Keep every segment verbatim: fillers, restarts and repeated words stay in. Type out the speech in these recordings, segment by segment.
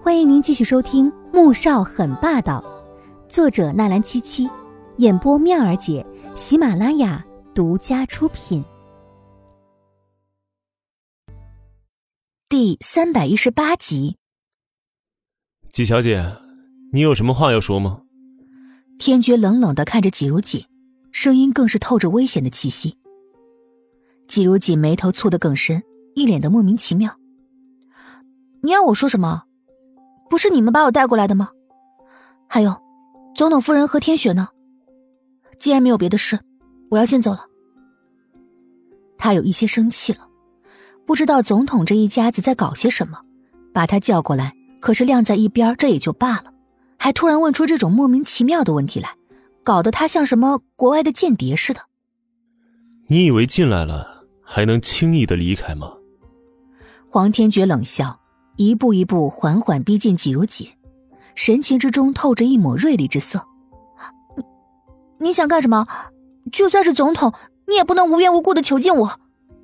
欢迎您继续收听《穆少很霸道》，作者纳兰七七，演播妙儿姐，喜马拉雅独家出品。第三百一十八集。 纪小姐，你有什么话要说吗？ 天觉冷冷地看着纪如锦，声音更是透着危险的气息。纪如锦眉头蹙得更深，一脸的莫名其妙。你要我说什么？不是你们把我带过来的吗？还有，总统夫人和天雪呢？既然没有别的事，我要先走了。他有一些生气了，不知道总统这一家子在搞些什么，把他叫过来，可是晾在一边，这也就罢了，还突然问出这种莫名其妙的问题来，搞得他像什么国外的间谍似的。 你以为进来了还能轻易的离开吗？ 黄天觉冷笑，一步一步缓缓逼近纪如锦，神情之中透着一抹锐利之色。你你想干什么？就算是总统，你也不能无缘无故的囚禁我。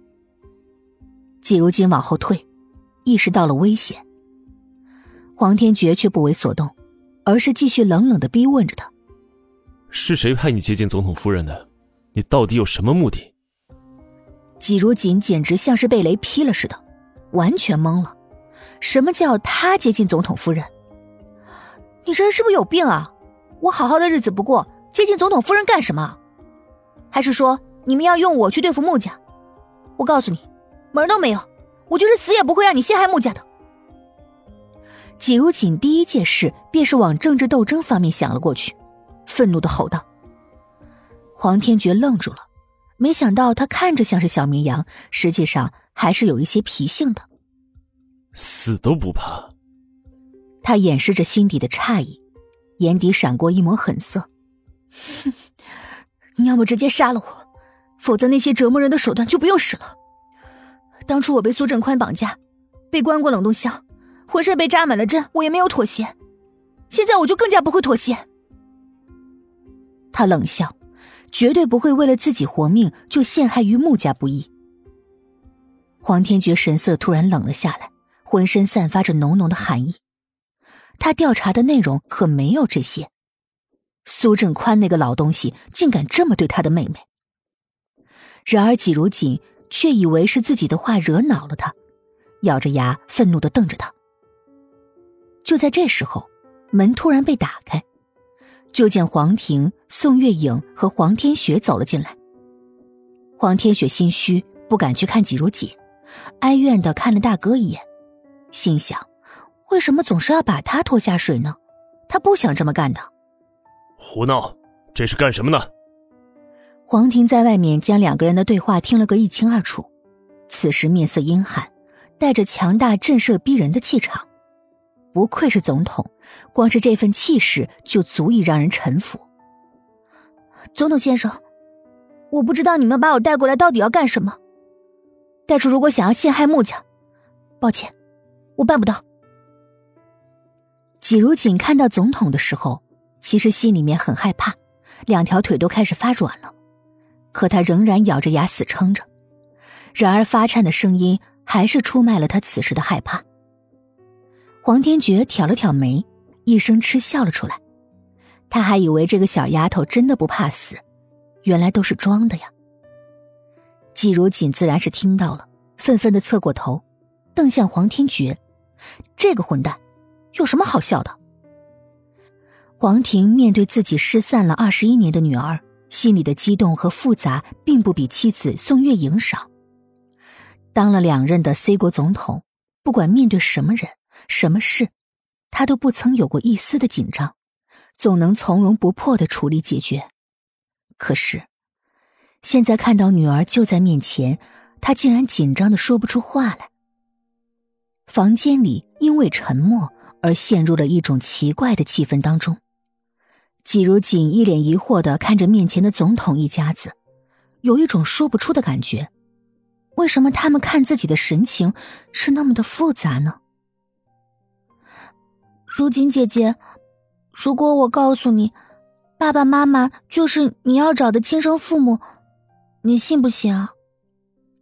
纪如锦往后退，意识到了危险。黄天觉却不为所动，而是继续冷冷地逼问着他： 是谁派你接近总统夫人的？你到底有什么目的？ 纪如锦简直像是被雷劈了似的，完全懵了。什么叫他接近总统夫人？你这人是不是有病啊？我好好的日子不过，接近总统夫人干什么？还是说你们要用我去对付穆家？我告诉你，门都没有，我就是死也不会让你陷害穆家的。纪如锦第一件事便是往政治斗争方面想了过去，愤怒地吼道。黄天觉愣住了，没想到他看着像是小绵羊，实际上还是有一些脾性的。 死都不怕。 他掩饰着心底的诧异，眼底闪过一抹狠色。哼，你要么直接杀了我，否则那些折磨人的手段就不用使了。当初我被苏振宽绑架，被关过冷冻箱，浑身被扎满了针，我也没有妥协。现在我就更加不会妥协。他冷笑，绝对不会为了自己活命就陷害于穆家不义。黄天觉神色突然冷了下来，浑身散发着浓浓的寒意。他调查的内容可没有这些。苏振宽那个老东西竟敢这么对他的妹妹。然而纪如锦却以为是自己的话惹恼了他，咬着牙愤怒地瞪着他。就在这时候，门突然被打开，就见黄婷、宋月影和黄天雪走了进来。黄天雪心虚，不敢去看纪如锦，哀怨地看了大哥一眼，心想为什么总是要把他拖下水呢？他不想这么干的。 胡闹，这是干什么呢？ 黄婷在外面将两个人的对话听了个一清二楚，此时面色阴寒，带着强大震慑逼人的气场。不愧是总统，光是这份气势就足以让人臣服。总统先生，我不知道你们把我带过来到底要干什么。带出如果想要陷害穆家，抱歉，我办不到。纪如锦看到总统的时候，其实心里面很害怕，两条腿都开始发软了，可他仍然咬着牙死撑着。然而发颤的声音还是出卖了他此时的害怕。黄天觉挑了挑眉，一声嗤笑了出来。他还以为这个小丫头真的不怕死，原来都是装的呀。纪如锦自然是听到了，愤愤地侧过头，瞪向黄天觉，这个混蛋有什么好笑的？黄婷面对自己失散了二十一年的女儿，心里的激动和复杂并不比妻子宋月影少。当了两任的 C 国总统，不管面对什么人什么事，他都不曾有过一丝的紧张，总能从容不迫地处理解决。可是现在看到女儿就在面前，他竟然紧张地说不出话来。房间里因为沉默而陷入了一种奇怪的气氛当中。纪如锦一脸疑惑地看着面前的总统一家子，有一种说不出的感觉。为什么他们看自己的神情是那么的复杂呢？如锦姐姐，如果我告诉你，爸爸妈妈就是你要找的亲生父母，你信不信啊？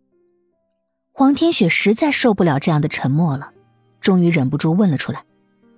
黄天雪实在受不了这样的沉默了，终于忍不住问了出来。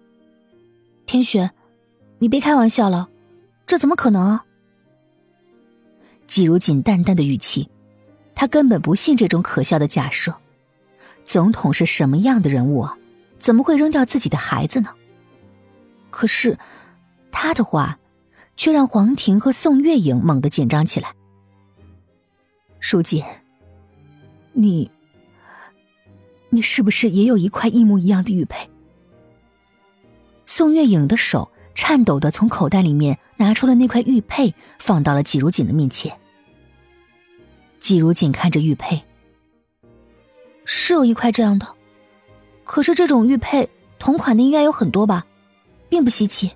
天雪，你别开玩笑了，这怎么可能啊？季如锦淡淡的语气，他根本不信这种可笑的假设。总统是什么样的人物啊？怎么会扔掉自己的孩子呢？可是他的话却让黄婷和宋月影猛地紧张起来。书记，你你是不是也有一块一模一样的玉佩？宋月影的手颤抖地从口袋里面拿出了那块玉佩，放到了季如锦的面前。季如锦看着玉佩，是有一块这样的，可是这种玉佩同款的应该有很多吧，并不稀奇。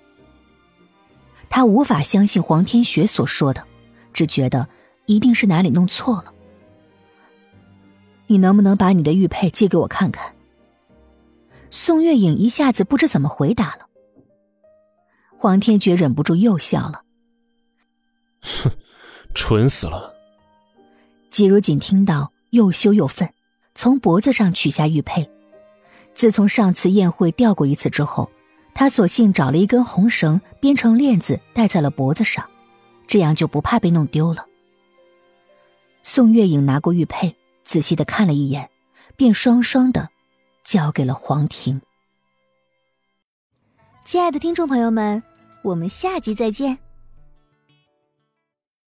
他无法相信黄天雪所说的，只觉得一定是哪里弄错了。你能不能把你的玉佩借给我看看？宋月影一下子不知怎么回答了。黄天觉忍不住又笑了。 哼，蠢死了。 季如锦听到又羞又愤，从脖子上取下玉佩。自从上次宴会掉过一次之后，他索性找了一根红绳编成链子戴在了脖子上，这样就不怕被弄丢了。宋月影拿过玉佩，仔细地看了一眼，便双双地交给了黄婷。亲爱的听众朋友们，我们下集再见。